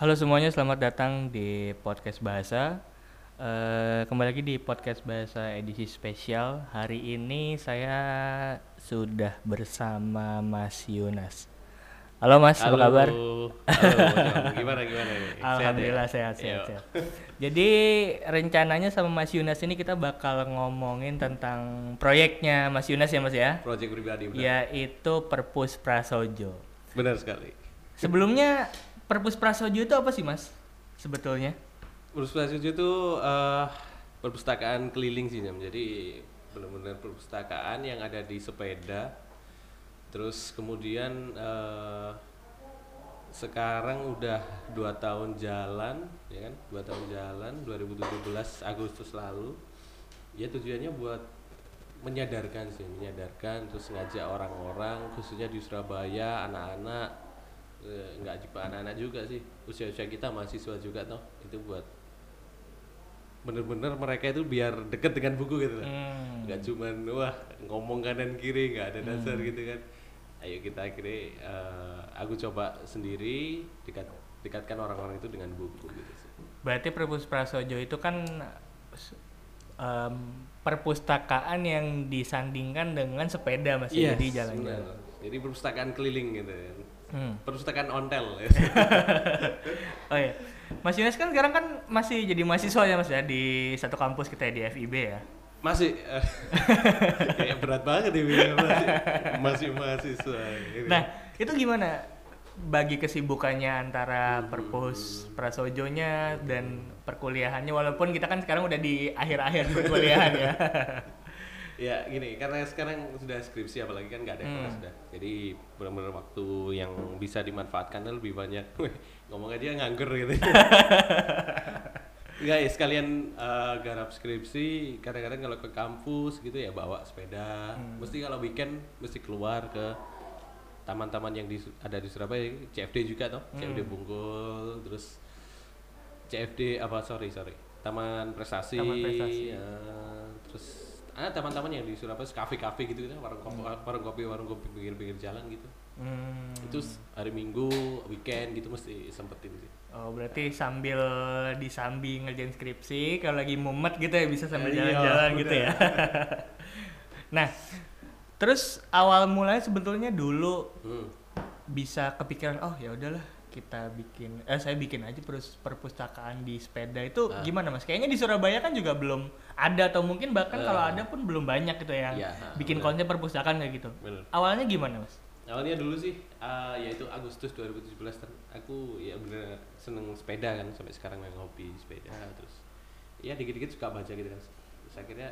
Halo semuanya, selamat datang di podcast Bahasa. Kembali lagi di podcast Bahasa edisi spesial. Hari ini saya sudah bersama Mas Yunas. Halo Mas, apa Halo, kabar? halo Bocong. Gimana nih? Sehat ya? Alhamdulillah sehat, sehat, Yuk. sehat. Jadi rencananya sama Mas Yunas ini kita bakal ngomongin tentang proyeknya Mas Yunas ya Mas ya, Project pribadi benar. yaitu Perpus Prasojo. Benar sekali. Sebelumnya Perpus Prasojo itu apa sih Mas sebetulnya? Perpustakaan itu perpustakaan keliling sih, Jam. Jadi benar-benar perpustakaan yang ada di sepeda. Terus kemudian sekarang udah 2 tahun jalan, ya kan? 2 tahun jalan, 2017 Agustus lalu. Ya tujuannya buat menyadarkan terus ngajak orang-orang khususnya di Surabaya, anak-anak, nggak cuma anak-anak juga sih, usia-usia kita mahasiswa juga toh, itu buat bener-bener mereka itu biar deket dengan buku gitu lah. Nggak cuman wah ngomong kanan kiri nggak ada dasar gitu kan. Ayo kita akhirnya aku coba sendiri dekatkan orang-orang itu dengan buku gitu sih. Berarti Perpus Prasojo itu kan em, perpustakaan yang disandingkan dengan sepeda Mas ya, jadi jalan-jalan. benar. Jadi perpustakaan keliling gitu kan. Perpustakaan ontel ya. Oh iya, Mas Yunas kan sekarang kan masih jadi mahasiswa ya Mas ya di satu kampus kita di FIB ya. Masih kayak berat banget ya bilang masih mahasiswa ini. Nah itu gimana bagi kesibukannya antara Perpus Prasojonya dan perkuliahannya, walaupun kita kan sekarang udah di akhir-akhir perkuliahan ya. Ya gini, karena sekarang sudah skripsi apalagi kan nggak ada kelas sudah. Jadi benar-benar waktu yang bisa dimanfaatkan lebih banyak. Wih, ngomong aja nganggur gitu. Guys, sekalian garap skripsi, kadang-kadang kalau ke kampus gitu ya bawa sepeda. Mesti kalau weekend mesti keluar ke taman-taman yang ada di Surabaya, CFD juga toh, CFD Bungkul, terus CFD apa sorry Taman Prestasi, Taman Prestasi. terus teman-teman yang di Surabaya kafe-kafe gitu kan, warung kopi pinggir-pinggir jalan gitu. Itu hari Minggu, weekend gitu mesti sempetin sih. Oh berarti sambil disambi ngerjain skripsi, kalau lagi mumet gitu ya bisa sambil Iya, jalan-jalan gitu udah. ya. Nah terus awal mulanya sebetulnya dulu bisa kepikiran oh ya udahlah kita bikin saya bikin aja perpustakaan di sepeda itu gimana Mas? Kayaknya di Surabaya kan juga belum ada atau mungkin bahkan kalau ada pun belum banyak gitu yang Iya, bikin bener. konsep perpustakaan kayak gitu. Bener. Awalnya gimana Mas? Awalnya dulu sih, yaitu Agustus 2017 kan, aku ya bener seneng sepeda kan, sampai sekarang memang hobi sepeda. Terus ya dikit-dikit suka baca gitu kan. Terus akhirnya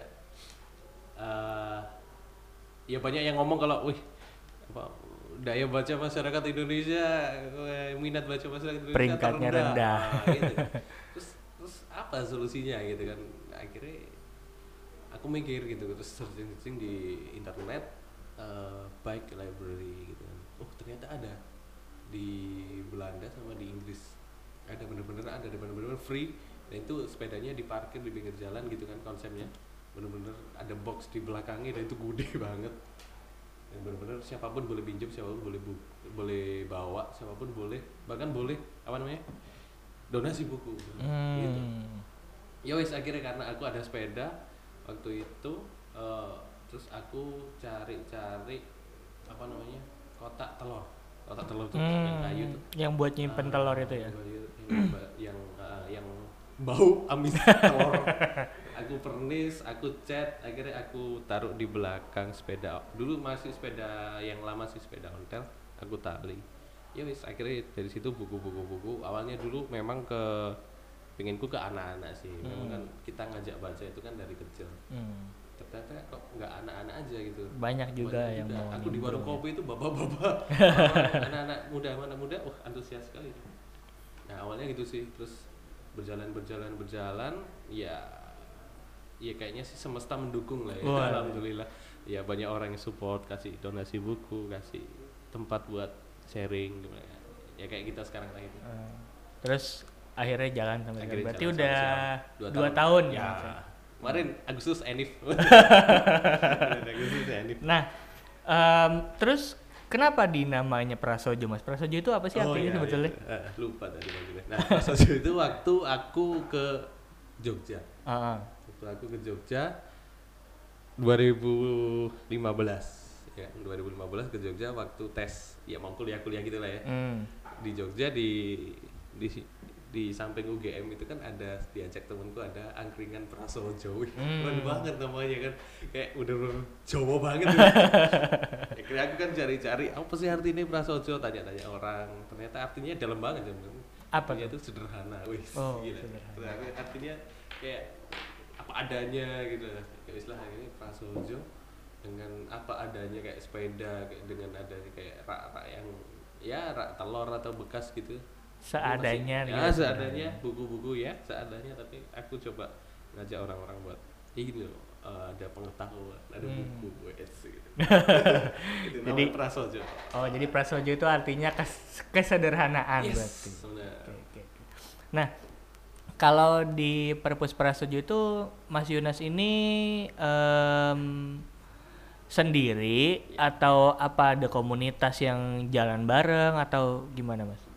ya banyak yang ngomong kalau wih apa daya baca masyarakat Indonesia, minat baca masyarakat Indonesia Peringkatnya terendah. rendah. Gitu. terus apa solusinya gitu kan, akhirnya aku mikir gitu, terus searching di internet, bike library gitu kan. Oh ternyata ada di Belanda sama di Inggris, ada bener-bener free, dan itu sepedanya diparkir di pinggir jalan gitu kan, konsepnya bener-bener ada box di belakangnya dan itu gede banget, dan bener-bener siapapun boleh pinjam, siapapun boleh bawa, siapapun boleh, bahkan boleh apa namanya donasi buku gitu. Ya wes akhirnya karena aku ada sepeda waktu itu, terus aku cari apa namanya kotak telur tuh yang kayu tuh, Yang buat nyimpen telur itu ya. yang bau amis telur. Aku pernis, aku cat, akhirnya aku taruh di belakang sepeda. Dulu masih sepeda yang lama sih, sepeda ontel, aku tali. Ya wis akhirnya dari situ buku. Awalnya dulu memang penginku ke anak-anak sih. Memang kan kita ngajak baca itu kan dari kecil. Ternyata kok nggak anak-anak aja gitu. Banyak juga yang mau Aku di warung nimbrung ya. kopi itu bapak-bapak, anak-anak muda, antusias sekali. Nah awalnya gitu sih, terus berjalan, ya kayaknya sih semesta mendukung lah ya. Wah. Alhamdulillah. Ya banyak orang yang support, kasih donasi buku, kasih tempat buat sharing gimana. Ya kayak kita sekarang lah itu. Terus akhirnya jalan sampai sekarang. Akhirnya Berarti jalan udah sampai sekarang. 2 tahun Ya. Mas ya? Kemarin Agustus Enif. Agustus Enif. Nah, terus Kenapa dinamanya Prasojo Mas? Prasojo itu apa sih artinya sebetulnya? Lupa tadi maksudnya. Nah, Prasojo itu waktu aku ke Jogja. Waktu aku ke Jogja 2015. Ya, 2015 ke Jogja waktu tes. Ya mau kuliah-kuliah gitu lah ya. Di Jogja di samping UGM itu kan ada, diajak temenku ada angkringan Prasojo. Keren banget namanya kan, kayak udah Jawa banget. Akhirnya aku kan cari-cari apa sih artinya Prasojo, tanya-tanya orang, ternyata artinya dalam banget. Apa itu sederhana, gila. Sederhana. Artinya kayak apa adanya gitu, kayak istilahnya ini Prasojo dengan apa adanya, kayak sepeda, kayak dengan adanya kayak rak yang ya rak telur atau bekas gitu. Seadanya ya seadanya, buku-buku ya seadanya, tapi aku coba ngajak orang-orang buat ini loh, ada pengetahuan, ada buku gitu. Itu jadi Prasojo. Oh, jadi Prasojo itu artinya kesederhanaan berarti. Okay. Nah, kalau di Perpus Prasojo itu Mas Yunas ini sendiri atau apa, ada komunitas yang jalan bareng atau gimana Mas?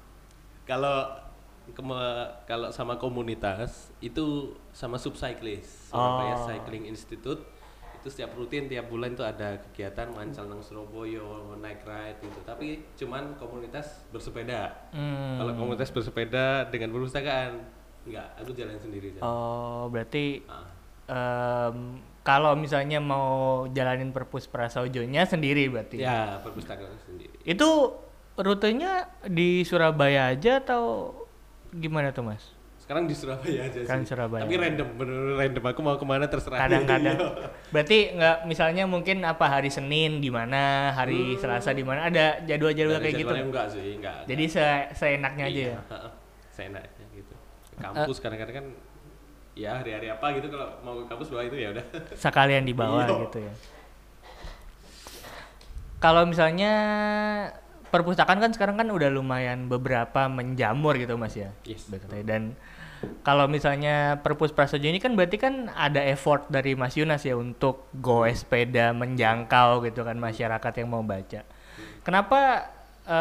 Kalau sama komunitas itu sama Subcyclist, Surabaya Cycling Institute. Itu setiap rutin tiap bulan itu ada kegiatan mancal nang Surabaya, naik ride gitu. Tapi cuman komunitas bersepeda. Kalau komunitas bersepeda dengan perpustakaan enggak, aku jalan sendiri. Oh, berarti kalau misalnya mau jalanin Perpus Prasojonya sendiri berarti? Ya, perpustakaan sendiri. Itu rutenya di Surabaya aja atau gimana tuh Mas? Sekarang di Surabaya aja kan sih. Surabaya. Tapi bener random. Aku mau kemana terserah. Kadang-kadang. Berarti nggak, misalnya mungkin apa hari Senin di mana, hari Selasa di mana, ada jadwal-jadwal kayak gitu? Enggak sih, enggak. Jadi seenaknya aja ya. Seenaknya gitu. Kampus kadang-kadang kan ya hari-hari apa gitu, kalau mau ke kampus bawa itu ya udah. Sekalian dibawa gitu ya. Kalau misalnya perpustakaan kan sekarang kan udah lumayan beberapa menjamur gitu Mas ya. Yes. Dan kalau misalnya Perpus Prasojo ini kan berarti kan ada effort dari Mas Yunas ya untuk goes sepeda menjangkau gitu kan masyarakat yang mau baca. Kenapa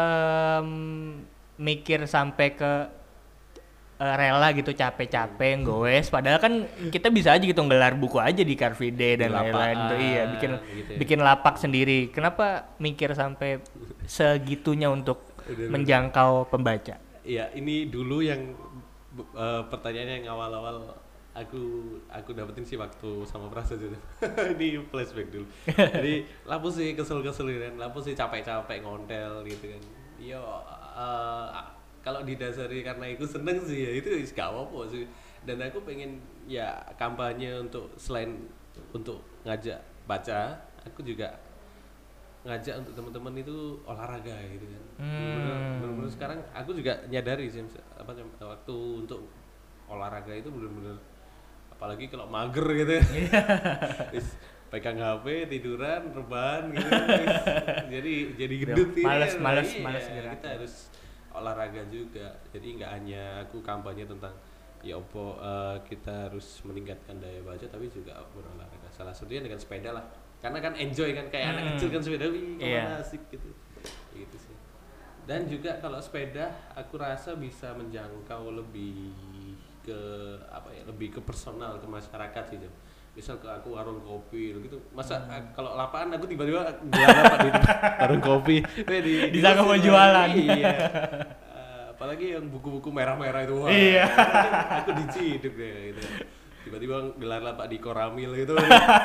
mikir sampai ke rela gitu capek-capek goes, padahal kan kita bisa aja gitu nggelar buku aja di Car Free Day dan lain-lain tuh, iya bikin lapak sendiri. Kenapa mikir sampai segitunya untuk menjangkau pembaca? Iya, ini dulu yang pertanyaannya yang awal-awal aku dapetin sih waktu sama Prasojo. Ini flashback dulu. Jadi lapo sih kesel-kesel kan, lapo sih capek-capek ngontel gitu kan. Yo kalau didasari karena aku seneng sih ya itu gak apa-apa sih. Dan aku pengen ya kampanye untuk selain untuk ngajak baca, aku juga ngajak untuk teman-teman itu olahraga gitu kan. Bener-bener sekarang aku juga nyadari sih waktu untuk olahraga itu bener-bener, apalagi kalau mager gitu kan. Pegang HP, tiduran, rebahan gitu. jadi gendut ini. Males kita harus olahraga juga. Jadi nggak hanya aku kampanye tentang ya kita harus meningkatkan daya baca, tapi juga berolahraga. Salah satunya dengan sepeda lah. Karena kan enjoy kan, kayak anak kecil kan sepeda, kemana asik gitu. Gitu sih. Dan juga kalau sepeda aku rasa bisa menjangkau lebih ke lebih ke personal, ke masyarakat sih. Misal ke aku warung kopi gitu, masa kalau lapangan aku tiba-tiba gelar apa di warung kopi di sana mau jualan. Iya. Apalagi yang buku-buku merah-merah itu, iya. Aku diciduk deh gitu. Tiba-tiba gelar lapak di Koramil gitu.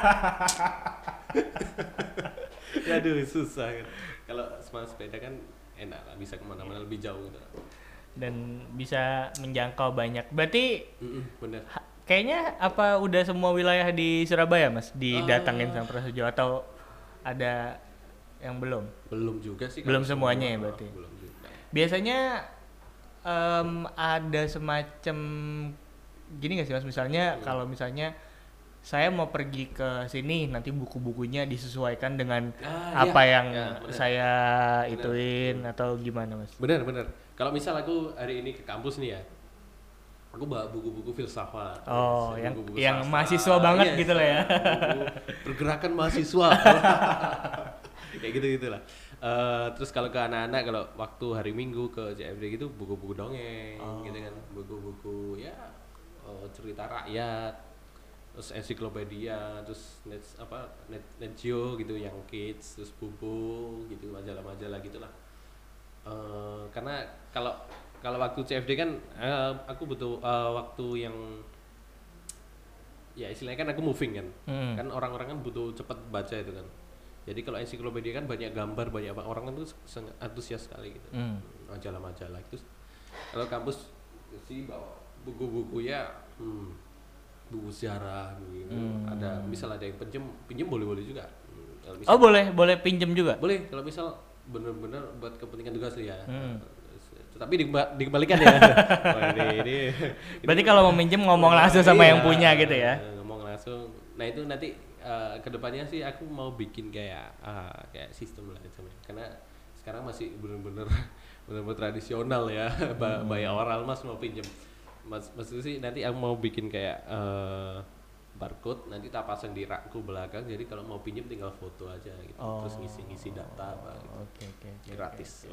Aduh susah kan. Kalau sama sepeda kan enak lah, bisa kemana-mana lebih jauh gitu. Dan bisa menjangkau banyak. Berarti bener. Kayaknya apa udah semua wilayah di Surabaya Mas didatangin sama Prasojo, atau ada yang belum? Belum juga sih. Belum semuanya ya berarti. Belum juga. Biasanya ada semacam gini nggak sih Mas, misalnya kalau misalnya saya mau pergi ke sini, nanti buku-bukunya disesuaikan dengan apa yang saya ituin atau gimana Mas? Bener. Kalau misal aku hari ini ke kampus nih ya, aku bawa buku-buku filsafat. Oh, yang mahasiswa banget gitu lah ya. Pergerakan mahasiswa. Kayak gitu-gitulah. Terus kalau ke anak-anak, kalau waktu hari Minggu ke CFD gitu buku-buku dongeng gitu kan, buku-buku ya cerita rakyat, terus ensiklopedia, terus Net Geo gitu yang kids, terus buku gitu, majalah-majalah gitulah. Karena kalau waktu CFD kan aku butuh waktu yang ya istilahnya kan aku moving kan, kan orang-orang kan butuh cepat baca itu kan. Jadi kalau ensiklopedia kan banyak gambar, banyak apa, orang kan tuh sangat antusias sekali gitu. Majalah-majalah itu. Kalau kampus sih bawa buku-buku ya, buku sejarah gitu. Ada misal ada yang pinjem boleh juga. Oh boleh pinjem juga. Boleh kalau misal benar-benar buat kepentingan tugas ya. Tapi dikembalikan ya. ini. Berarti kalau mau minjem ngomong langsung sama yang punya gitu ya. Ngomong langsung. Nah itu nanti kedepannya sih aku mau bikin kayak sistem lah namanya. Karena sekarang masih benar-benar tradisional ya. Banyak oral mas mau pinjem. Maksudnya sih nanti aku mau bikin kayak barcode, nanti tak pasang di rakku belakang, jadi kalau mau pinjem tinggal foto aja gitu, terus ngisi data apa gitu. Oke. Gratis.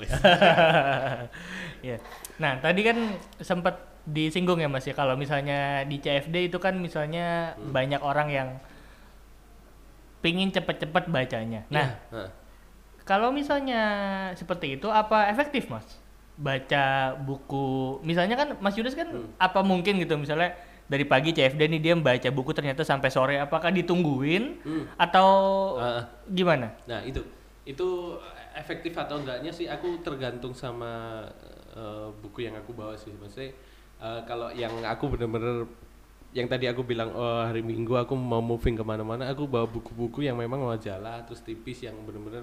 Ya. Nah tadi kan sempat disinggung ya mas ya, kalau misalnya di CFD itu kan misalnya banyak orang yang pingin cepet-cepet bacanya. Nah kalau misalnya seperti itu apa efektif mas? Baca buku, misalnya kan Mas Yunus kan apa mungkin gitu misalnya dari pagi CFD nih dia membaca buku ternyata sampai sore, apakah ditungguin atau gimana? Nah itu efektif atau enggaknya sih aku tergantung sama buku yang aku bawa sih. Maksudnya kalau yang aku bener-bener yang tadi aku bilang hari Minggu aku mau moving kemana-mana, aku bawa buku-buku yang memang majalah terus tipis yang bener-bener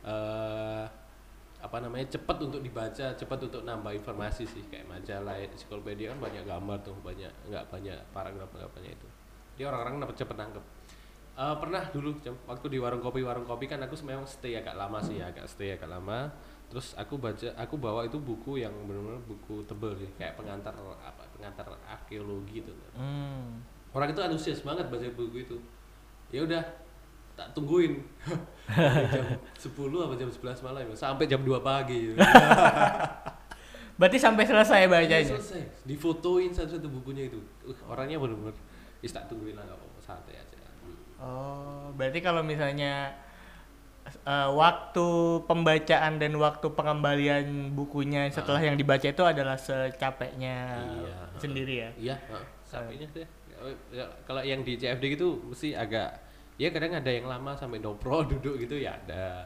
cepat untuk dibaca, cepat untuk nambah informasi sih, kayak majalah, ensiklopedia kan banyak gambar tuh, nggak banyak paragraf itu. Dia orang-orang dapat cepet nangkep. Pernah dulu waktu di warung kopi kan aku memang stay agak lama. Terus aku bawa itu buku yang benar-benar buku tebel sih, kayak pengantar arkeologi gitu. Orang itu antusias banget baca buku itu. Ya udah tak tungguin jam 10 atau jam 11 malam sampai jam 2 pagi. Berarti sampai selesai bacanya? Selesai, difotoin satu-satu bukunya itu. Orangnya benar-benar tak tungguin lah, nggak apa-apa, santai aja. Berarti kalau misalnya waktu pembacaan dan waktu pengembalian bukunya setelah yang dibaca itu adalah secapeknya sendiri ya? Iya, capeknya sih. Kalau yang di CFD gitu mesti agak ya kadang ada yang lama sampai nopro duduk gitu ya, ada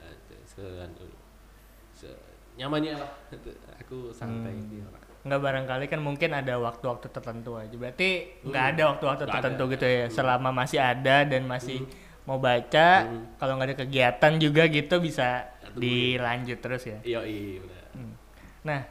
nyamannya lah. Aku santai orang. Nggak, barangkali kan mungkin ada waktu-waktu tertentu aja. Berarti nggak ada waktu-waktu tertentu gitu ya. Selama masih ada dan masih mau baca, kalau nggak ada kegiatan juga gitu bisa dilanjut terus ya. Iya benar. Nah,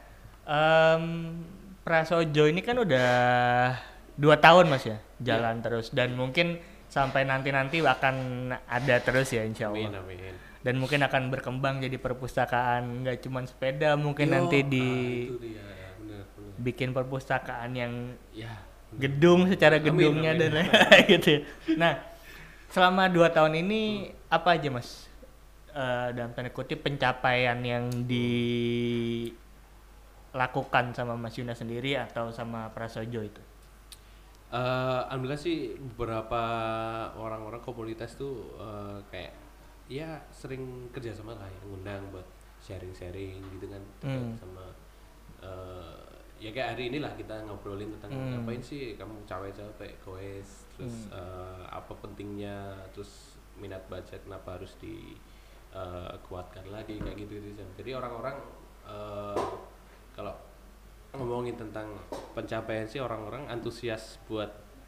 Prasojo ini kan udah 2 tahun mas ya jalan terus, dan mungkin sampai nanti akan ada terus ya insya Allah. Amin. Dan mungkin akan berkembang jadi perpustakaan, nggak cuma sepeda, mungkin nanti bener. Bikin perpustakaan yang gedung secara gedungnya dan lain-lain gitu. Nah, selama 2 tahun ini apa aja mas dalam tanda kutip pencapaian yang dilakukan sama Mas Yuna sendiri atau sama Prasojo itu? Alhamdulillah sih beberapa orang-orang komunitas tuh kayak ya sering kerja sama lah, yang ngundang buat sharing-sharing gitu kan, sama ya kayak hari inilah kita ngobrolin tentang ngapain sih kamu capek goes, terus apa pentingnya, terus minat baca kenapa harus dikuatkan lagi kayak gitu. Jadi orang-orang kalau ngomongin tentang pencapaian sih orang-orang antusias buat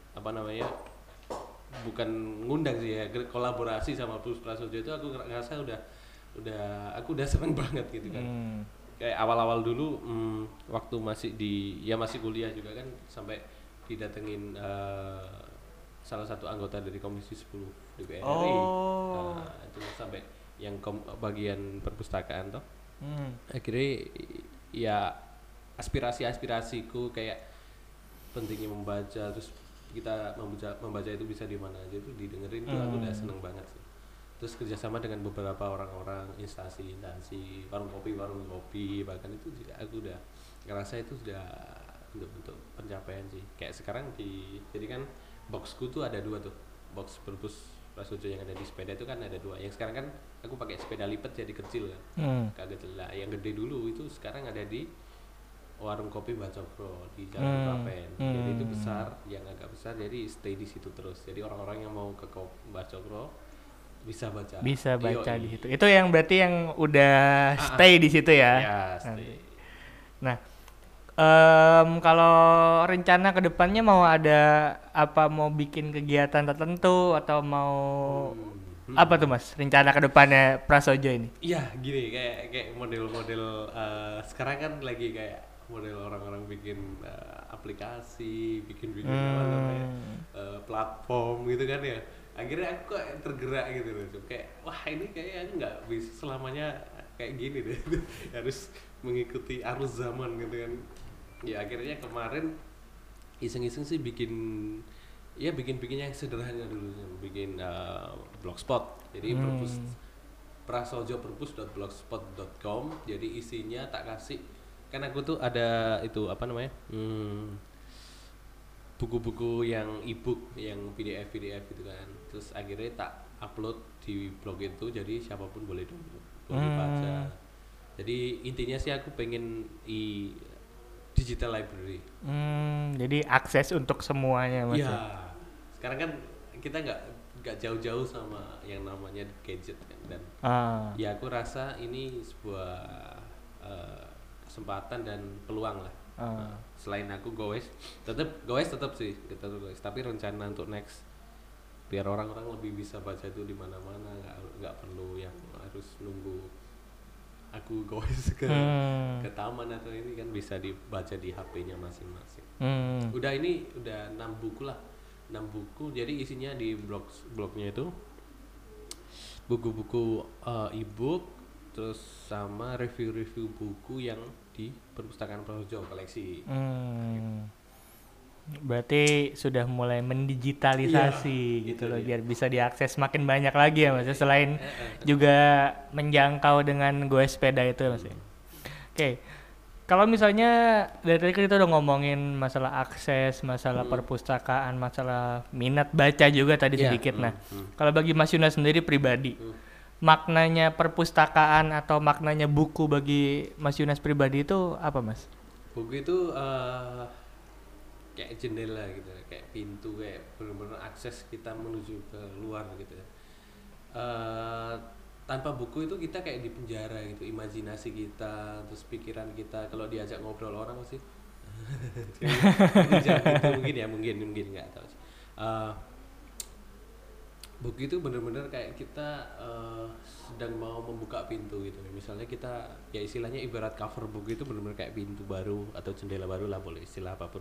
bukan ngundang sih ya, kolaborasi sama Prasojo itu aku ngerasa aku udah seneng banget gitu kan. Kayak awal-awal dulu waktu masih kuliah juga kan, sampai didatengin salah satu anggota dari Komisi 10 DPR RI. Itu sampai yang bagian perpustakaan toh. Akhirnya ya aspirasiku kayak pentingnya membaca, terus kita membaca itu bisa di mana aja itu didengerin tuh aku udah seneng banget sih. terus kerjasama dengan beberapa orang-orang, instansi warung kopi, bahkan itu juga aku udah ngerasa itu sudah untuk pencapaian sih. Kayak sekarang jadi kan boxku tuh ada 2 tuh, box Perpus Prasojo yang ada di sepeda itu kan ada 2. Yang sekarang kan aku pakai sepeda lipat jadi kecil kan, kagak jelas. Yang gede dulu itu sekarang ada di warung kopi Mbak Cokro di Jalan Prapen. Jadi itu besar, yang agak besar, jadi stay di situ terus. Jadi orang-orang yang mau ke Mbak Cokro bisa baca di situ. Itu yang berarti yang udah stay di situ ya. Ya, stay. Nah, kalau rencana kedepannya mau ada apa, mau bikin kegiatan tertentu atau mau apa tuh Mas rencana kedepannya Prasojo ini? Iya gini, kayak model-model sekarang kan lagi kayak model orang-orang bikin aplikasi, bikin apa namanya platform gitu kan ya. Akhirnya aku kok tergerak gitu loh, kayak wah ini kayaknya aku nggak bisa selamanya kayak gini deh. Harus mengikuti arus zaman gitu kan. Ya akhirnya kemarin iseng-iseng sih bikin yang sederhana dulu, bikin blogspot. Jadi prasojoperpus.blogspot.com. Jadi isinya tak kasih, kan aku tuh ada itu apa namanya buku-buku yang ebook, yang PDF gitu kan. Terus akhirnya tak upload di blog itu, jadi siapapun boleh baca. Jadi intinya sih aku pengen digital library. Jadi akses untuk semuanya Mas. Iya. Sekarang kan kita nggak jauh-jauh sama yang namanya gadget kan, dan ya aku rasa ini sebuah kesempatan dan peluang lah. Selain aku goes tetap sih kita tuh goes, tapi rencana untuk next biar orang-orang lebih bisa baca itu di mana-mana, nggak perlu yang harus nunggu aku goes ke taman atau ini, kan bisa dibaca di HP-nya masing-masing. Udah 6 buku lah, 6 buku. Jadi isinya di blognya itu buku-buku ebook, terus sama review-review buku yang di perpustakaan Prasojo koleksi. Berarti sudah mulai mendigitalisasi gitu loh, biar bisa diakses makin banyak lagi ya Mas. Selain juga menjangkau dengan Goes sepeda itu Mas. Oke. Kalau misalnya dari tadi kita udah ngomongin masalah akses, masalah perpustakaan, masalah minat baca juga tadi sedikit. Nah, kalau bagi Mas Yuna sendiri pribadi, maknanya perpustakaan atau maknanya buku bagi Mas Yunas pribadi itu apa Mas? Buku itu kayak jendela gitu, kayak pintu, kayak benar-benar akses kita menuju ke luar gitu ya. Tanpa buku itu kita kayak di penjara gitu, imajinasi kita, terus pikiran kita kalau diajak ngobrol orang pasti gitu, mungkin nggak tahu sih. Buku itu benar-benar kayak kita sedang mau membuka pintu gitu. Misalnya kita ya istilahnya ibarat cover buku itu benar-benar kayak pintu baru atau jendela baru lah, boleh istilah apapun.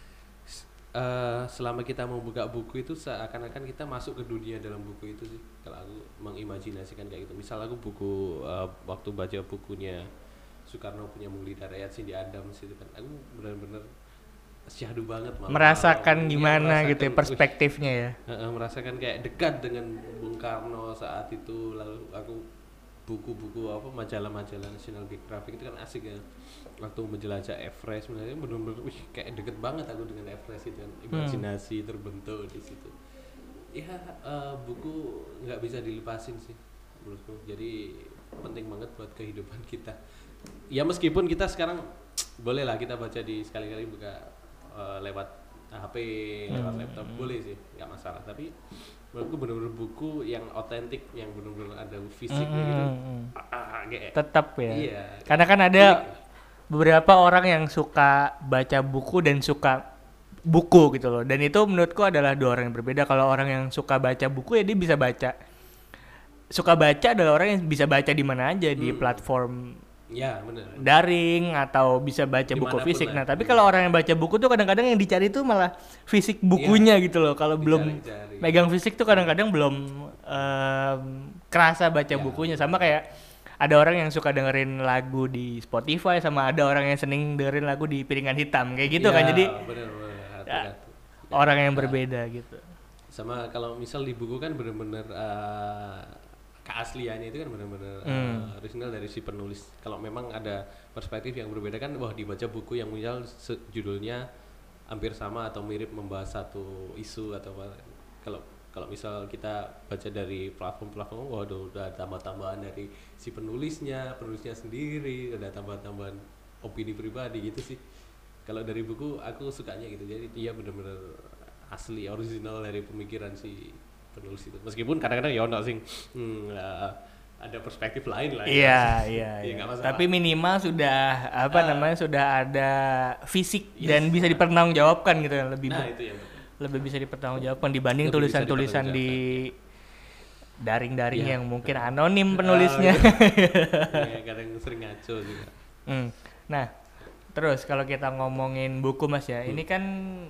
Selama kita membuka buku itu seakan-akan kita masuk ke dunia dalam buku itu sih. Kalau aku mengimajinasikan kayak gitu. Misal aku waktu baca bukunya Soekarno punya Munglida Rakyat Cindy Adams itu kan, aku benar-benar syahdu banget merasakan gimana gitu ya perspektifnya ya. Merasakan kayak dekat dengan Bung Karno saat itu. Lalu aku buku-buku majalah-majalah National Geographic itu kan asik ya. Waktu menjelajah Everest sebenarnya benar-benar kayak deket banget aku dengan Everest itu kan. Imajinasi terbentuk di situ. Ya buku nggak bisa dilepasin sih menurutku. Jadi penting banget buat kehidupan kita. Ya meskipun kita sekarang boleh lah kita baca di sekali-kali buka lewat HP, lewat laptop, boleh sih, nggak masalah. Tapi menurutku benar-benar buku yang otentik, yang benar-benar ada fisiknya gitu, tetap ya. Iya. Karena kan ada beberapa orang yang suka baca buku dan suka buku gitu loh. Dan itu menurutku adalah 2 orang yang berbeda. Kalau orang yang suka baca buku ya dia bisa baca. Suka baca adalah orang yang bisa baca di mana aja, di platform ya, bener. daring atau bisa baca buku fisik. Lah. Nah, tapi kalau orang yang baca buku tuh kadang-kadang yang dicari tuh malah fisik bukunya gitu loh. Kalau belum megang fisik tuh kadang-kadang belum kerasa baca bukunya. Sama kayak ada orang yang suka dengerin lagu di Spotify, sama ada orang yang seneng dengerin lagu di piringan hitam kayak gitu kan. Jadi bener. orang yang berbeda gitu. Sama kalau misal di buku kan bener-bener keasliannya itu kan benar-benar original dari si penulis. Kalau memang ada perspektif yang berbeda kan, wah dibaca buku yang misal judulnya hampir sama atau mirip membahas satu isu atau apa. Kalau misal kita baca dari platform-platform, waduh udah tambah-tambahan dari si penulisnya sendiri, ada tambahan-tambahan opini pribadi gitu sih. Kalau dari buku aku sukanya gitu, jadi dia benar-benar asli original dari pemikiran si penulis itu. Meskipun kadang-kadang ya ono sing ada perspektif lain lah. Iya. Ya, Tapi minimal sudah namanya sudah ada fisik dan bisa dipertanggungjawabkan gitu kan, itu ya. Lebih bisa dipertanggungjawabkan dibanding tulisan-tulisan di daring-daring yang mungkin anonim penulisnya. Iya, kadang sering ngaco juga. Nah, terus kalau kita ngomongin buku Mas ya, ini kan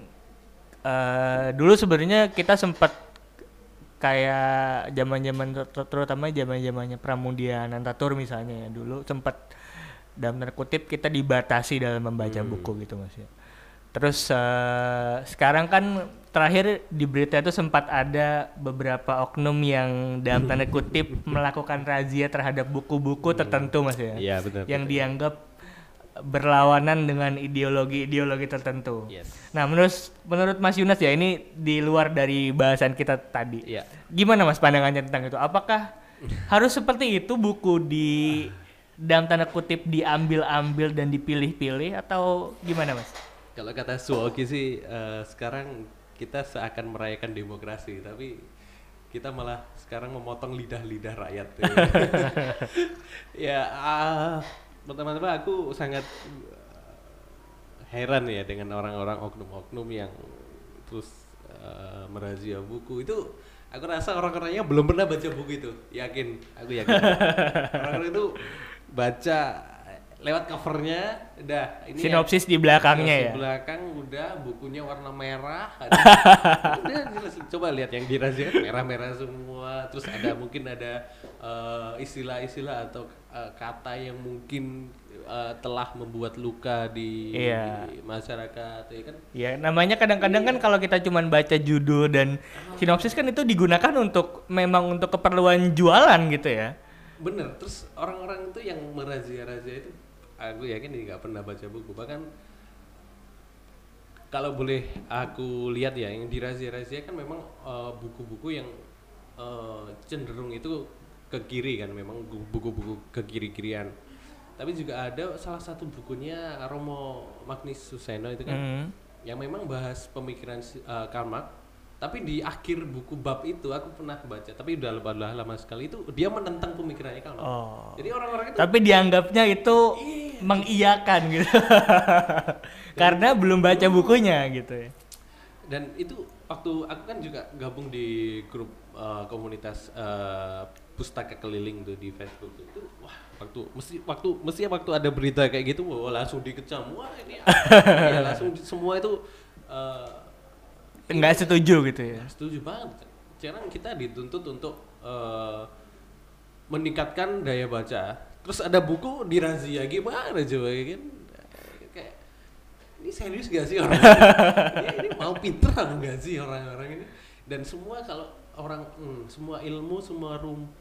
dulu sebenarnya kita sempat kayak zaman-zaman terutama zaman-zamannya Pramudia Anantatur misalnya ya, dulu sempat dalam tanda kutip kita dibatasi dalam membaca buku gitu Mas ya. Terus sekarang kan terakhir di berita itu sempat ada beberapa oknum yang dalam tanda kutip melakukan razia terhadap buku-buku tertentu Mas ya. Iya, benar. Yang dianggap berlawanan dengan ideologi tertentu. Yes. Nah, menurut Mas Yunas ya, ini di luar dari bahasan kita tadi. Iya. Gimana Mas pandangannya tentang itu? Apakah harus seperti itu buku dalam tanda kutip diambil-ambil dan dipilih-pilih atau gimana Mas? Kalau kata Suoki sih sekarang kita seakan merayakan demokrasi, tapi kita malah sekarang memotong lidah-lidah rakyat. Ya, teman-teman aku sangat heran ya dengan orang-orang oknum-oknum yang terus merazia buku itu. Aku rasa orang-orangnya belum pernah baca buku itu, aku yakin. Orang-orang itu baca lewat covernya, udah ini sinopsis di belakangnya ya. Di belakang udah bukunya warna merah. Udah jelas. Coba lihat yang dirazia merah-merah semua. Terus mungkin ada istilah-istilah atau kata yang mungkin telah membuat luka di masyarakat, ya kan? Ya, namanya kadang-kadang kan kalau kita cuma baca judul dan sinopsis kan itu digunakan memang untuk keperluan jualan gitu ya. Bener. Terus orang-orang itu yang merazia-razia itu, aku yakin dia nggak pernah baca buku. Bahkan kalau boleh aku lihat ya, yang dirazia-razia kan memang buku-buku yang cenderung itu ke kiri kan, memang buku-buku ke kiri-kirian. Tapi juga ada salah satu bukunya Romo Magnis Suseno itu kan, yang memang bahas pemikiran Karl Marx. Tapi di akhir buku bab itu aku pernah baca, tapi udah lama sekali, itu dia menentang pemikirannya Karl Marx. Jadi orang-orang itu tapi dianggapnya itu mengiyakan gitu. Karena belum baca bukunya gitu ya. Dan itu waktu aku kan juga gabung di grup komunitas pustaka keliling tuh di Facebook itu, wah waktu ada berita kayak gitu, wah langsung dikecam, wah ini ya langsung semua itu nggak setuju gitu ya. Setuju banget. Sekarang kita dituntut untuk meningkatkan daya baca. Terus ada buku dirazia, gimana coba kan? Kayak ini serius gak sih orang? ini mau pinter apa gak sih orang-orang ini? Dan semua kalau orang semua ilmu, semua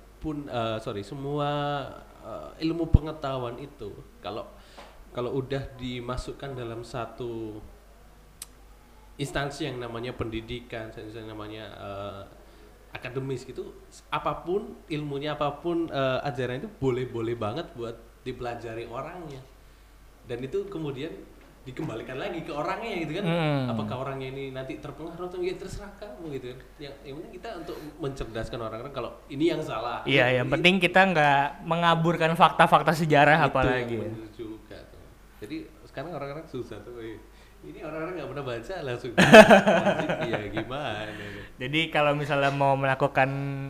ilmu pengetahuan itu kalau udah dimasukkan dalam satu instansi yang namanya pendidikan, yang namanya akademis gitu, apapun ilmunya, apapun ajaran itu boleh banget buat dipelajari orangnya, dan itu kemudian dikembalikan lagi ke orangnya gitu kan. Apakah orangnya ini nanti terpengaruh atau ya terserah kamu gitu kan. Yang penting kita untuk mencerdaskan orang-orang kalau ini yang salah. Iya, yang penting kita nggak mengaburkan fakta-fakta sejarah apalagi. Itu juga tuh. Jadi sekarang orang-orang susah tuh. Ini orang-orang nggak pernah baca langsung. Ya gimana? Jadi kalau misalnya mau melakukan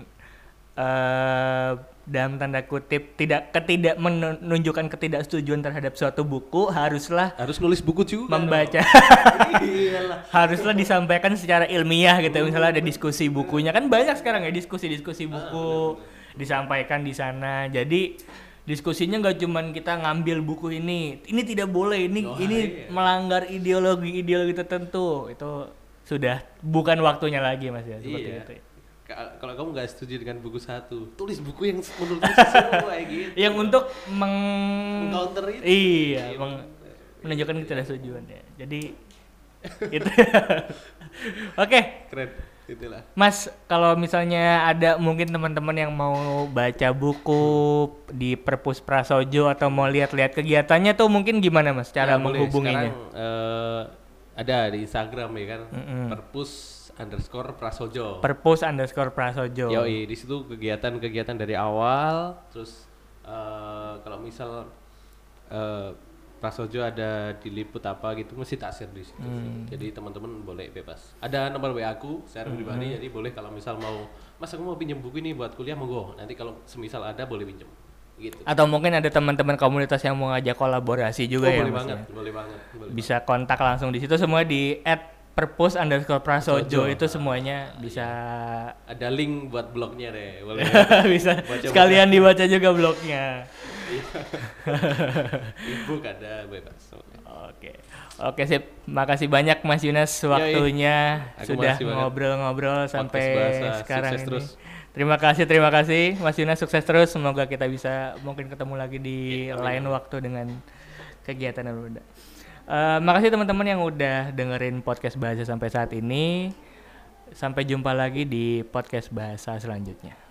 dalam tanda kutip tidak menunjukkan ketidaksetujuan terhadap suatu buku, harus nulis buku juga membaca. Haruslah disampaikan secara ilmiah gitu. Misalnya ada diskusi bukunya, kan banyak sekarang ya diskusi buku disampaikan di sana. Jadi diskusinya nggak cuman kita ngambil buku ini tidak boleh, ini melanggar ideologi tertentu, itu sudah bukan waktunya lagi Mas ya, seperti itu ya. kalau kamu nggak setuju dengan buku 1, tulis buku yang menurutmu sesuai gitu. Yang untuk counter itu. Iya, menunjukkan ketidaksetujuan ya. Jadi itu. Oke. Keren. Itulah. Mas, kalau misalnya ada mungkin teman-teman yang mau baca buku di Perpus Prasojo atau mau lihat-lihat kegiatannya tuh mungkin gimana Mas cara menghubunginya? Sekarang ada di Instagram ya kan, Perpus_Prasojo. Perpus_Prasojo. Yoi, di situ kegiatan-kegiatan dari awal, terus kalau misal Prasojo ada diliput apa gitu mesti tak share di situ. Jadi teman-teman boleh bebas. Ada nomor WA aku secara pribadi, jadi boleh kalau misal mau, Mas aku mau pinjam buku ini buat kuliah monggo. Nanti kalau semisal ada boleh pinjam. Gitu. Atau mungkin ada teman-teman komunitas yang mau ngajak kolaborasi juga ya boleh Mas. Banget, Ya? boleh banget. Bisa kontak langsung di situ semua di @perpus_prasojo itu semuanya bisa. Ada link buat blognya deh, boleh. Bisa sekalian dibaca juga blognya. Ebook ada bebas. Oke sip. Makasih banyak Mas Yunas waktunya sudah ngobrol-ngobrol sampai sekarang ini. Terus. Terima kasih Mas Yunas, sukses terus. Semoga kita bisa mungkin ketemu lagi di lain waktu dengan kegiatan yang berbeda. Makasih teman-teman yang udah dengerin podcast Bahasa sampai saat ini. Sampai jumpa lagi di podcast Bahasa selanjutnya.